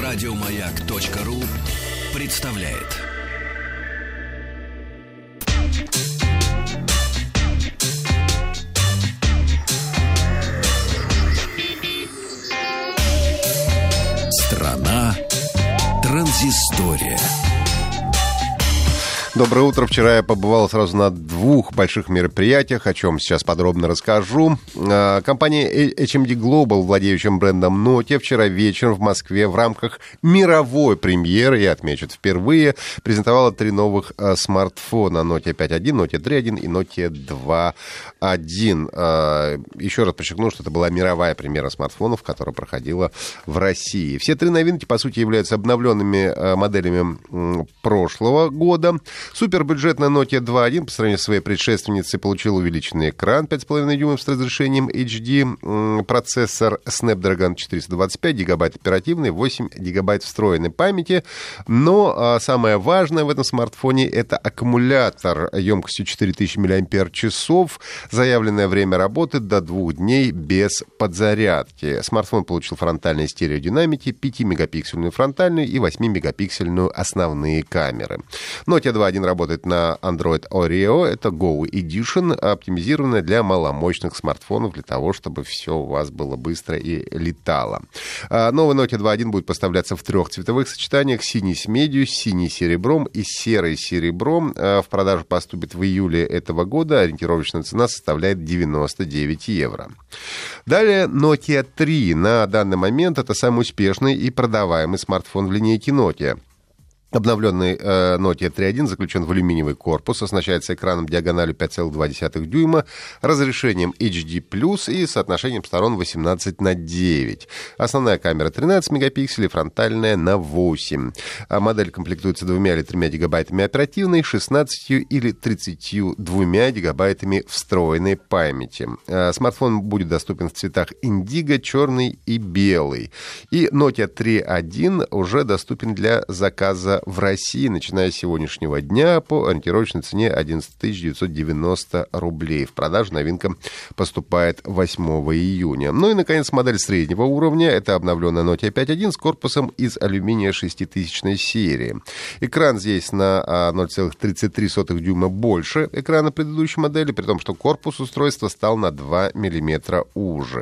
Радиомаяк.ру представляет. Страна транзистория. Доброе утро. Вчера я побывал сразу на двух больших мероприятиях, о чем сейчас подробно расскажу. Компания HMD Global, владеющая брендом Nokia, вчера вечером в Москве в рамках мировой премьеры, я отмечу, впервые презентовала три новых смартфона: Nokia 5.1, Nokia 3.1 и Nokia 2.1. Еще раз подчеркну, что это была мировая премьера смартфонов, которая проходила в России. Все три новинки, по сути, являются обновленными моделями прошлого года. Супербюджетная Nokia 2.1 по сравнению с своей предшественницей получила увеличенный экран 5,5 дюймов с разрешением HD, процессор Snapdragon 425, гигабайт оперативной, 8 гигабайт встроенной памяти. Но самое важное в этом смартфоне — это аккумулятор емкостью 4000 мАч. Заявленное время работы до 2 дней без подзарядки. Смартфон получил фронтальные стереодинамики, 5-мегапиксельную фронтальную и 8-мегапиксельную основные камеры. Nokia 2.1 работает на Android Oreo, это Go Edition, оптимизированная для маломощных смартфонов, для того, чтобы все у вас было быстро и летало. Новый Nokia 2.1 будет поставляться в 3 цветовых сочетаниях: синий с медью, синий с серебром и серый с серебром. В продажу поступит в июле этого года, ориентировочная цена составляет 99 евро. Далее Nokia 3. На данный момент это самый успешный и продаваемый смартфон в линейке Nokia. Обновленный Nokia 3.1 заключен в алюминиевый корпус, оснащается экраном диагональю 5,2 дюйма, разрешением HD+, и соотношением сторон 18:9. Основная камера 13 мегапикселей, фронтальная на 8. Модель комплектуется 2 или 3 гигабайтами оперативной, 16 или 32 гигабайтами встроенной памяти. Смартфон будет доступен в цветах индиго, черный и белый. И Nokia 3.1 уже доступен для заказа в России, начиная с сегодняшнего дня, по ориентировочной цене 11 990 рублей. В продажу новинка поступает 8 июня. Ну и, наконец, модель среднего уровня. Это обновленная Nokia 5.1 с корпусом из алюминия 6000 серии. Экран здесь на 0,33 дюйма больше экрана предыдущей модели, при том, что корпус устройства стал на 2 мм уже.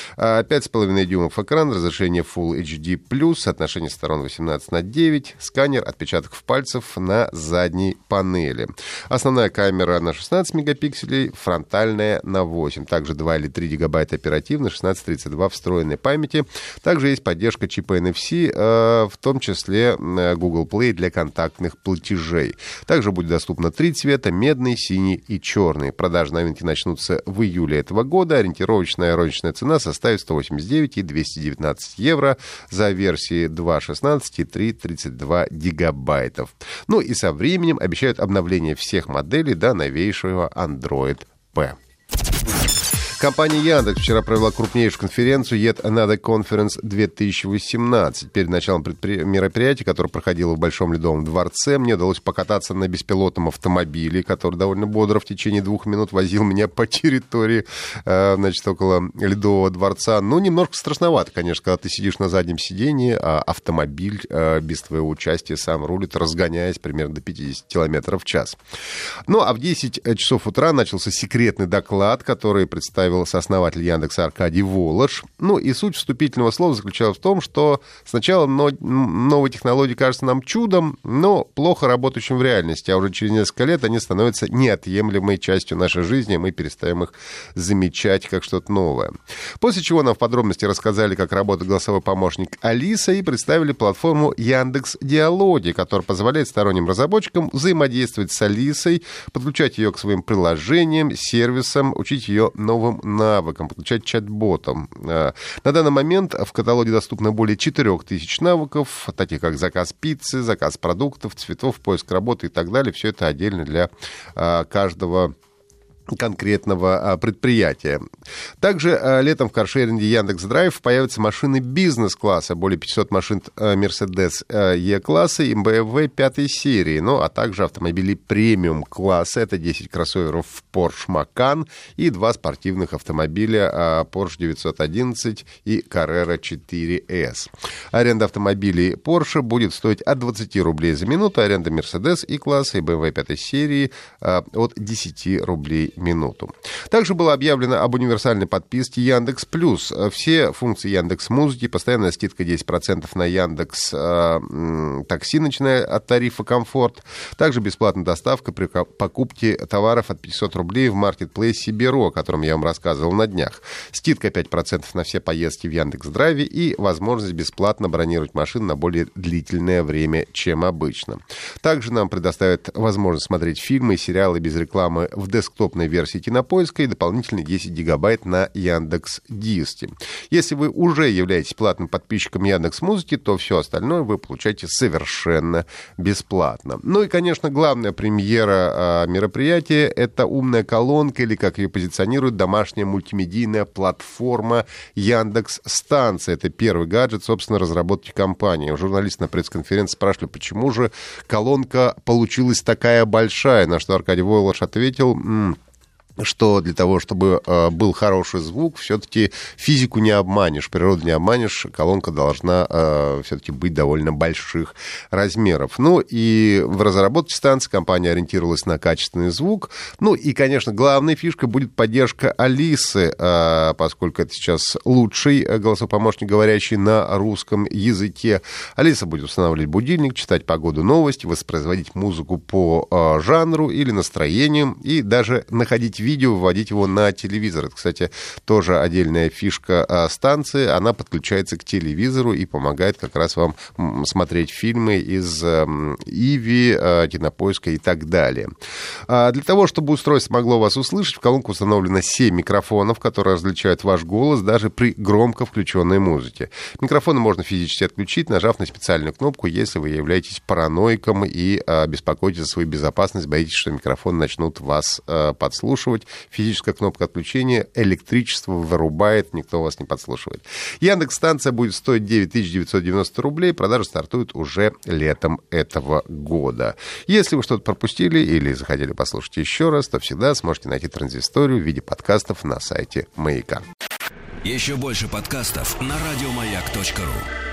5,5 дюймов экран, разрешение Full HD+, соотношение сторон 18:9, сканер отпечатков пальцев на задней панели. Основная камера на 16 мегапикселей, фронтальная на 8. Также 2 или 3 гигабайта оперативной, 1632 встроенной памяти. Также есть поддержка чипа NFC, в том числе Google Play для контактных платежей. Также будет доступно 3 цвета: медный, синий и черный. Продажи новинки начнутся в июле этого года. Ориентировочная розничная цена составит 189 и 219 евро за версии 2.16 и 3.32 гигабайтов. Ну и со временем обещают обновление всех моделей до новейшего Android P. Компания Яндекс вчера провела крупнейшую конференцию Yet Another Conference 2018. Перед началом мероприятия, которое проходило в Большом Ледовом дворце, мне удалось покататься на беспилотном автомобиле, который довольно бодро в течение 2 минут возил меня по территории, около Ледового дворца. Ну, немножко страшновато, конечно, когда ты сидишь на заднем сидении, а автомобиль без твоего участия сам рулит, разгоняясь примерно до 50 км в час. Ну, а в 10 часов утра начался секретный доклад, который представил сооснователь Яндекса Аркадий Волож. Ну и суть вступительного слова заключалась в том, что сначала новые технологии кажутся нам чудом, но плохо работающим в реальности, а уже через несколько лет они становятся неотъемлемой частью нашей жизни, и мы перестаем их замечать как что-то новое. После чего нам в подробности рассказали, как работает голосовой помощник Алиса, и представили платформу Яндекс Диалоги, которая позволяет сторонним разработчикам взаимодействовать с Алисой, подключать ее к своим приложениям, сервисам, учить ее новым навыкам, подключать чат-ботам. На данный момент в каталоге доступно более 4000 навыков, таких как заказ пиццы, заказ продуктов, цветов, поиск работы и так далее. Все это отдельно для каждого конкретного предприятия. Также летом в каршеринге Яндекс.Драйв появятся машины бизнес-класса, более 500 машин Mercedes E-класса и BMW 5 серии, ну, а также автомобили премиум-класса, это 10 кроссоверов Porsche Macan и 2 спортивных автомобиля Porsche 911 и Carrera 4S. Аренда автомобилей Porsche будет стоить от 20 рублей за минуту, аренда Mercedes E-класса и BMW 5 серии от 10 рублей минуту. Также было объявлено об универсальной подписке Яндекс Плюс. Все функции Яндекс Музыки, постоянная скидка 10% на Яндекс Такси, начиная от тарифа Комфорт. Также бесплатная доставка при покупке товаров от 500 рублей в маркетплейсе Беро, о котором я вам рассказывал на днях. Скидка 5% на все поездки в Яндекс.Драйве и возможность бесплатно бронировать машину на более длительное время, чем обычно. Также нам предоставят возможность смотреть фильмы и сериалы без рекламы в десктопной версии Кинопоиска и дополнительные 10 гигабайт на Яндекс.Диске. Если вы уже являетесь платным подписчиком Яндекс.Музыки, то все остальное вы получаете совершенно бесплатно. Ну и, конечно, главная премьера мероприятия — это умная колонка, или, как ее позиционируют, домашняя мультимедийная платформа Яндекс.Станция. Это первый гаджет, собственно, разработки компании. Журналисты на пресс-конференции спрашивали, почему же колонка получилась такая большая, на что Аркадий Войлош ответил, что для того, чтобы был хороший звук, все-таки физику не обманешь, природу не обманешь, колонка должна все-таки быть довольно больших размеров. Ну и в разработке станции компания ориентировалась на качественный звук. Ну и, конечно, главной фишкой будет поддержка Алисы, поскольку это сейчас лучший голосовой помощник, говорящий на русском языке. Алиса будет устанавливать будильник, читать погоду, новости, воспроизводить музыку по жанру или настроению и даже находить видео, вводить его на телевизор. Это, кстати, тоже отдельная фишка станции. Она подключается к телевизору и помогает как раз вам смотреть фильмы из Иви, Кинопоиска и так далее. Для того, чтобы устройство могло вас услышать, в колонку установлено 7 микрофонов, которые различают ваш голос даже при громко включенной музыке. Микрофоны можно физически отключить, нажав на специальную кнопку, если вы являетесь параноиком и беспокоитесь за свою безопасность, боитесь, что микрофоны начнут вас подслушивать. Физическая кнопка отключения, электричество вырубает, никто вас не подслушивает. Яндекс.Станция будет стоить 9990 рублей, продажа стартует уже летом этого года. Если вы что-то пропустили или захотели послушать еще раз, то всегда сможете найти транзисторию в виде подкастов на сайте Маяка. Еще больше подкастов на радиомаяк.ру.